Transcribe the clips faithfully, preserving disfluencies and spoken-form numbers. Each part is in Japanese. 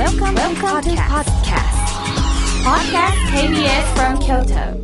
Welcome, Welcome to podcast. Podcast ケービーエス from Kyoto.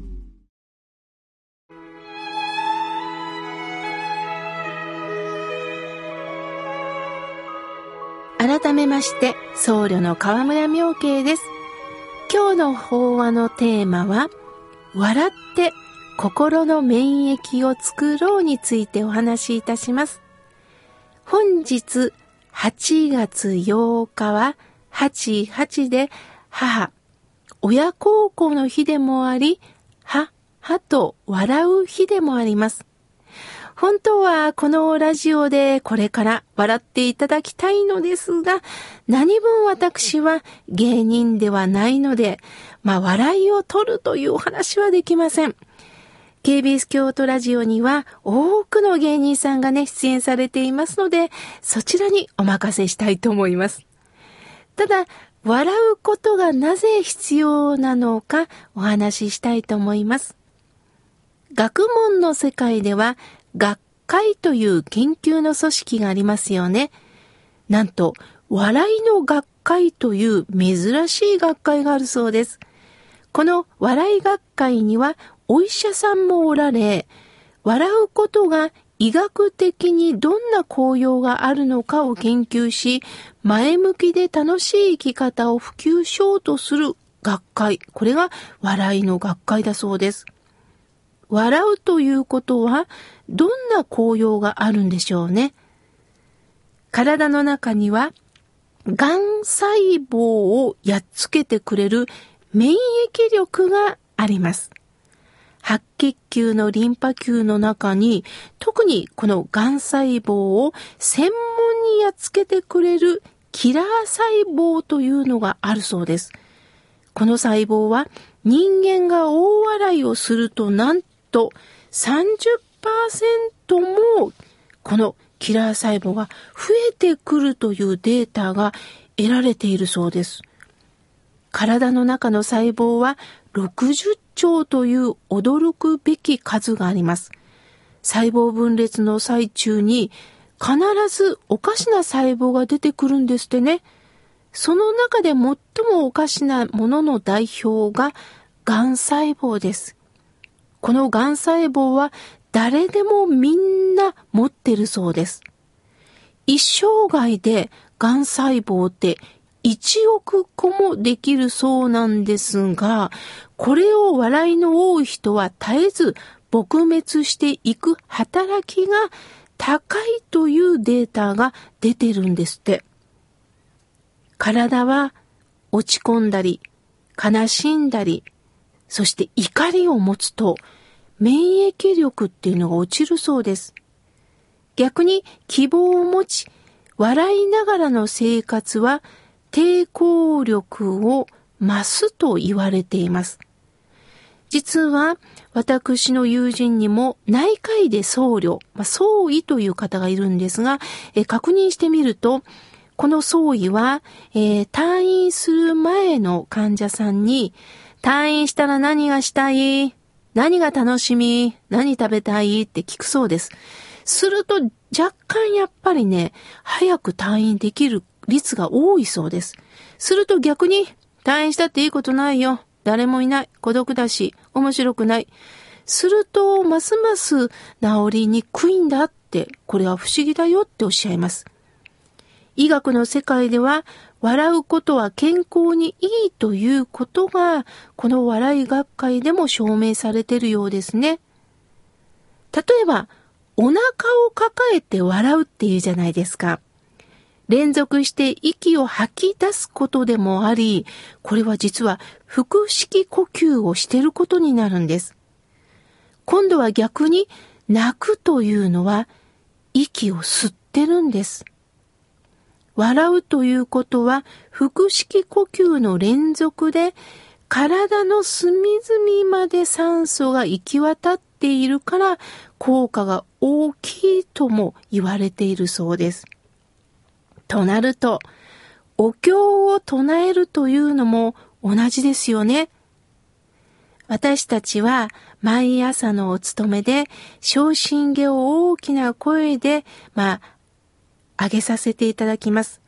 改めまして、僧侶の河村明慶です。今日の法話のテーマは、笑って心の免疫を作ろうについてお話しいたします。本日はちがつようかははちはちで母、親孝行の日でもあり、は、はと笑う日でもあります。本当はこのラジオでこれから笑っていただきたいのですが、何分私は芸人ではないので、まあ笑いを取るというお話はできません。ケービーエス 京都ラジオには多くの芸人さんがね、出演されていますので、そちらにお任せしたいと思います。ただ、笑うことがなぜ必要なのかお話ししたいと思います。学問の世界では、学会という研究の組織がありますよね。なんと、笑いの学会という珍しい学会があるそうです。この笑い学会にはお医者さんもおられ、笑うことが医学的にどんな効用があるのかを研究し、前向きで楽しい生き方を普及しようとする学会。これが笑いの学会だそうです。笑うということはどんな効用があるんでしょうね。体の中にはがん細胞をやっつけてくれる免疫力があります。白血球のリンパ球の中に特にこのがん細胞を専門にやっつけてくれるキラー細胞というのがあるそうです。この細胞は人間が大笑いをするとなんと さんじゅっパーセント もこのキラー細胞が増えてくるというデータが得られているそうです。体の中の細胞はろくじゅっちょうという驚くべき数があります。細胞分裂の最中に必ずおかしな細胞が出てくるんですってね。その中で最もおかしなものの代表ががん細胞です。このがん細胞は誰でもみんな持ってるそうです。一生涯でがん細胞っていちおくこもできるそうなんですが、これを笑いの多い人は絶えず撲滅していく働きが高いというデータが出てるんですって。体は落ち込んだり、悲しんだり、そして怒りを持つと免疫力っていうのが落ちるそうです。逆に希望を持ち、笑いながらの生活は抵抗力を増すと言われています。実は私の友人にも内科医で僧侶、まあ、僧医という方がいるんですが、え確認してみると、この僧医は、えー、退院する前の患者さんに、退院したら何がしたい？何が楽しみ？何食べたい？って聞くそうです。すると若干やっぱりね、早く退院できる率が多いそうです。すると逆に、退院したっていいことないよ。誰もいない。孤独だし、面白くない。すると、ますます治りにくいんだって、これは不思議だよっておっしゃいます。医学の世界では、笑うことは健康にいいということが、この笑い学会でも証明されているようですね。例えば、お腹を抱えて笑うっていうじゃないですか。連続して息を吐き出すことでもあり、これは実は腹式呼吸をしていることになるんです。今度は逆に泣くというのは息を吸ってるんです。笑うということは腹式呼吸の連続で体の隅々まで酸素が行き渡っているから効果が大きいとも言われているそうです。となると、お経を唱えるというのも同じですよね。私たちは毎朝のお勤めで唱心経を大きな声で、まあ、上げさせていただきます。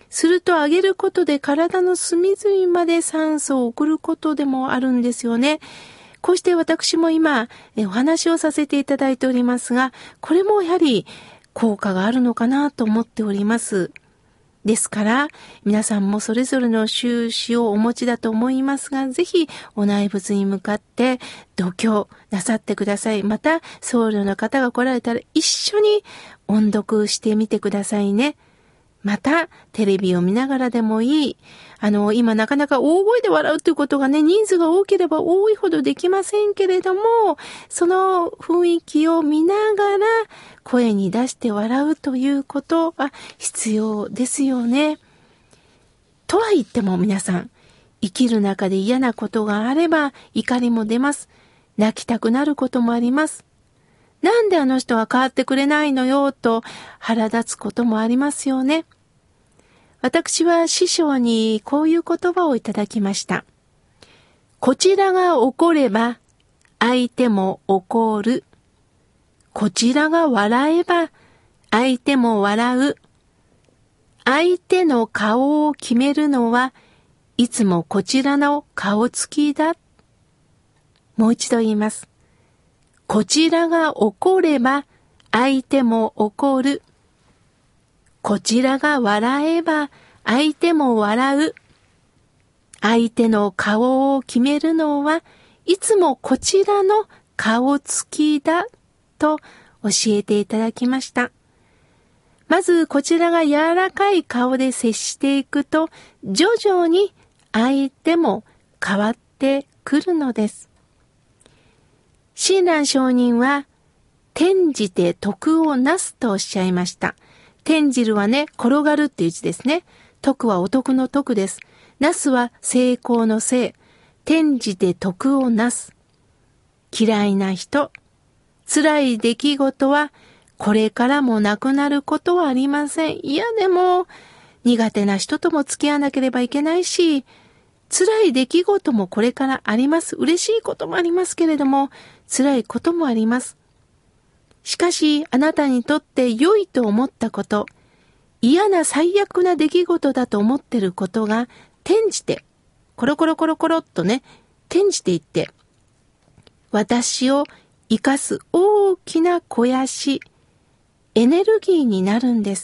すると上げることで体の隅々まで酸素を送ることでもあるんですよね。こうして私も今お話をさせていただいておりますが、これもやはり効果があるのかなと思っております。ですから皆さんもそれぞれの収支をお持ちだと思いますが、ぜひお内仏に向かって度胸なさってください。また僧侶の方が来られたら一緒に音読してみてくださいね。またテレビを見ながらでもいい。あの今なかなか大声で笑うということがね、人数が多ければ多いほどできませんけれども、その雰囲気を見ながら声に出して笑うということは必要ですよね。とは言っても皆さん、生きる中で嫌なことがあれば怒りも出ます。泣きたくなることもあります。なんであの人は変わってくれないのよと腹立つこともありますよね。私は師匠にこういう言葉をいただきました。こちらが怒れば相手も怒る。こちらが笑えば相手も笑う。相手の顔を決めるのはいつもこちらの顔つきだ。もう一度言います。こちらが怒れば相手も怒る。こちらが笑えば相手も笑う。相手の顔を決めるのはいつもこちらの顔つきだと教えていただきました。まずこちらが柔らかい顔で接していくと徐々に相手も変わってくるのです。親鸞上人は転じて徳をなすとおっしゃいました。転じるはね、転がるっていう字ですね。徳はお得の徳です。なすは成功の成。転じて徳をなす。嫌いな人、辛い出来事はこれからもなくなることはありません。いやでも苦手な人とも付き合わなければいけないし、辛い出来事もこれからあります。嬉しいこともありますけれども、辛いこともあります。しかし、あなたにとって良いと思ったこと、嫌な最悪な出来事だと思っていることが、転じて、コロコロコロコロっとね、転じていって、私を生かす大きな肥やし、エネルギーになるんです。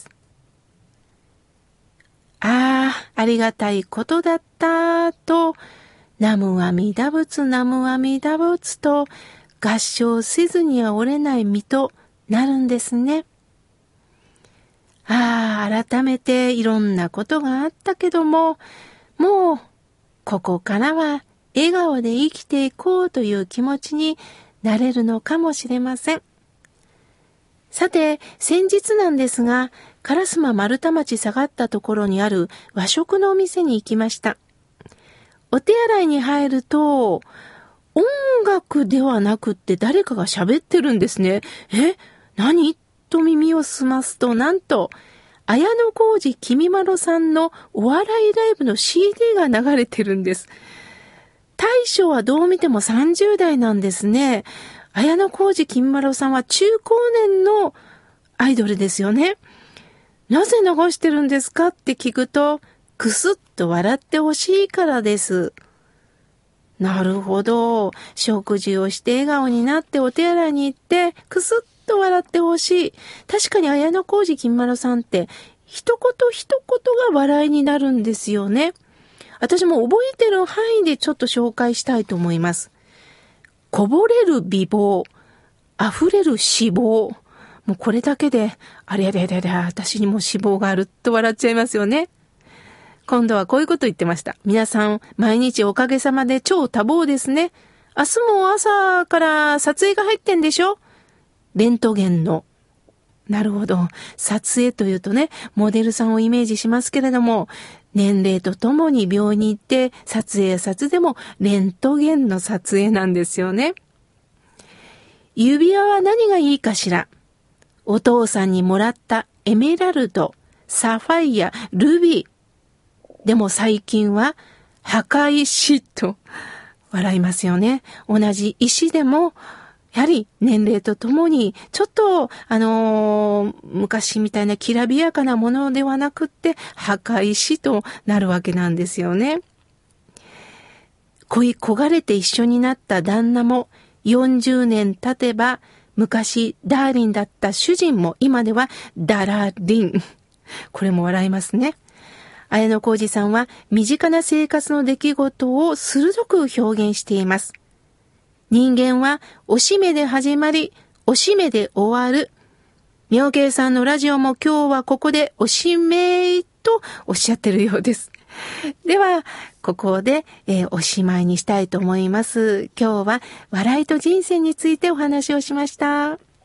ああ、ありがたいことだったと、南無阿弥陀仏、南無阿弥陀仏と合唱せずには折れない身となるんですね。ああ、改めていろんなことがあったけども、もうここからは笑顔で生きていこうという気持ちになれるのかもしれません。さて、先日なんですが、烏丸丸太町下がったところにある和食のお店に行きました。お手洗いに入ると、音楽ではなくって誰かが喋ってるんですね。え、何と耳を澄ますと、なんと、綾小路きみまろさんのお笑いライブの シーディー が流れてるんです。大将はどう見てもさんじゅう代なんですね。綾小路きみまろさんは中高年のアイドルですよね。なぜ流してるんですかって聞くと、くすっと笑ってほしいからです。なるほど。食事をして笑顔になってお手洗いに行って、くすっと笑ってほしい。確かに綾小路きみまろさんって、一言一言が笑いになるんですよね。私も覚えてる範囲でちょっと紹介したいと思います。こぼれる美貌、溢れる脂肪。もうこれだけで、あれあれあれあれ、私にも脂肪があると笑っちゃいますよね。今度はこういうこと言ってました。皆さん、毎日おかげさまで超多忙ですね。明日も朝から撮影が入ってんでしょ？レントゲンの。なるほど。撮影というとね、モデルさんをイメージしますけれども、年齢とともに病院に行って撮影や撮影でもレントゲンの撮影なんですよね。指輪は何がいいかしら。お父さんにもらったエメラルド、サファイア、ルビー。でも最近は墓石と笑いますよね。同じ石でもやはり年齢とともに、ちょっと、あのー、昔みたいなきらびやかなものではなくって、墓石となるわけなんですよね。恋焦がれて一緒になった旦那も、よんじゅうねん経てば、昔ダーリンだった主人も今ではダラリン。これも笑いますね。綾野浩二さんは身近な生活の出来事を鋭く表現しています。人間はおしめで始まり、おしめで終わる。妙慶さんのラジオも今日はここでおしめとおっしゃってるようです。では、ここで、えー、おしまいにしたいと思います。今日は笑いと人生についてお話をしました。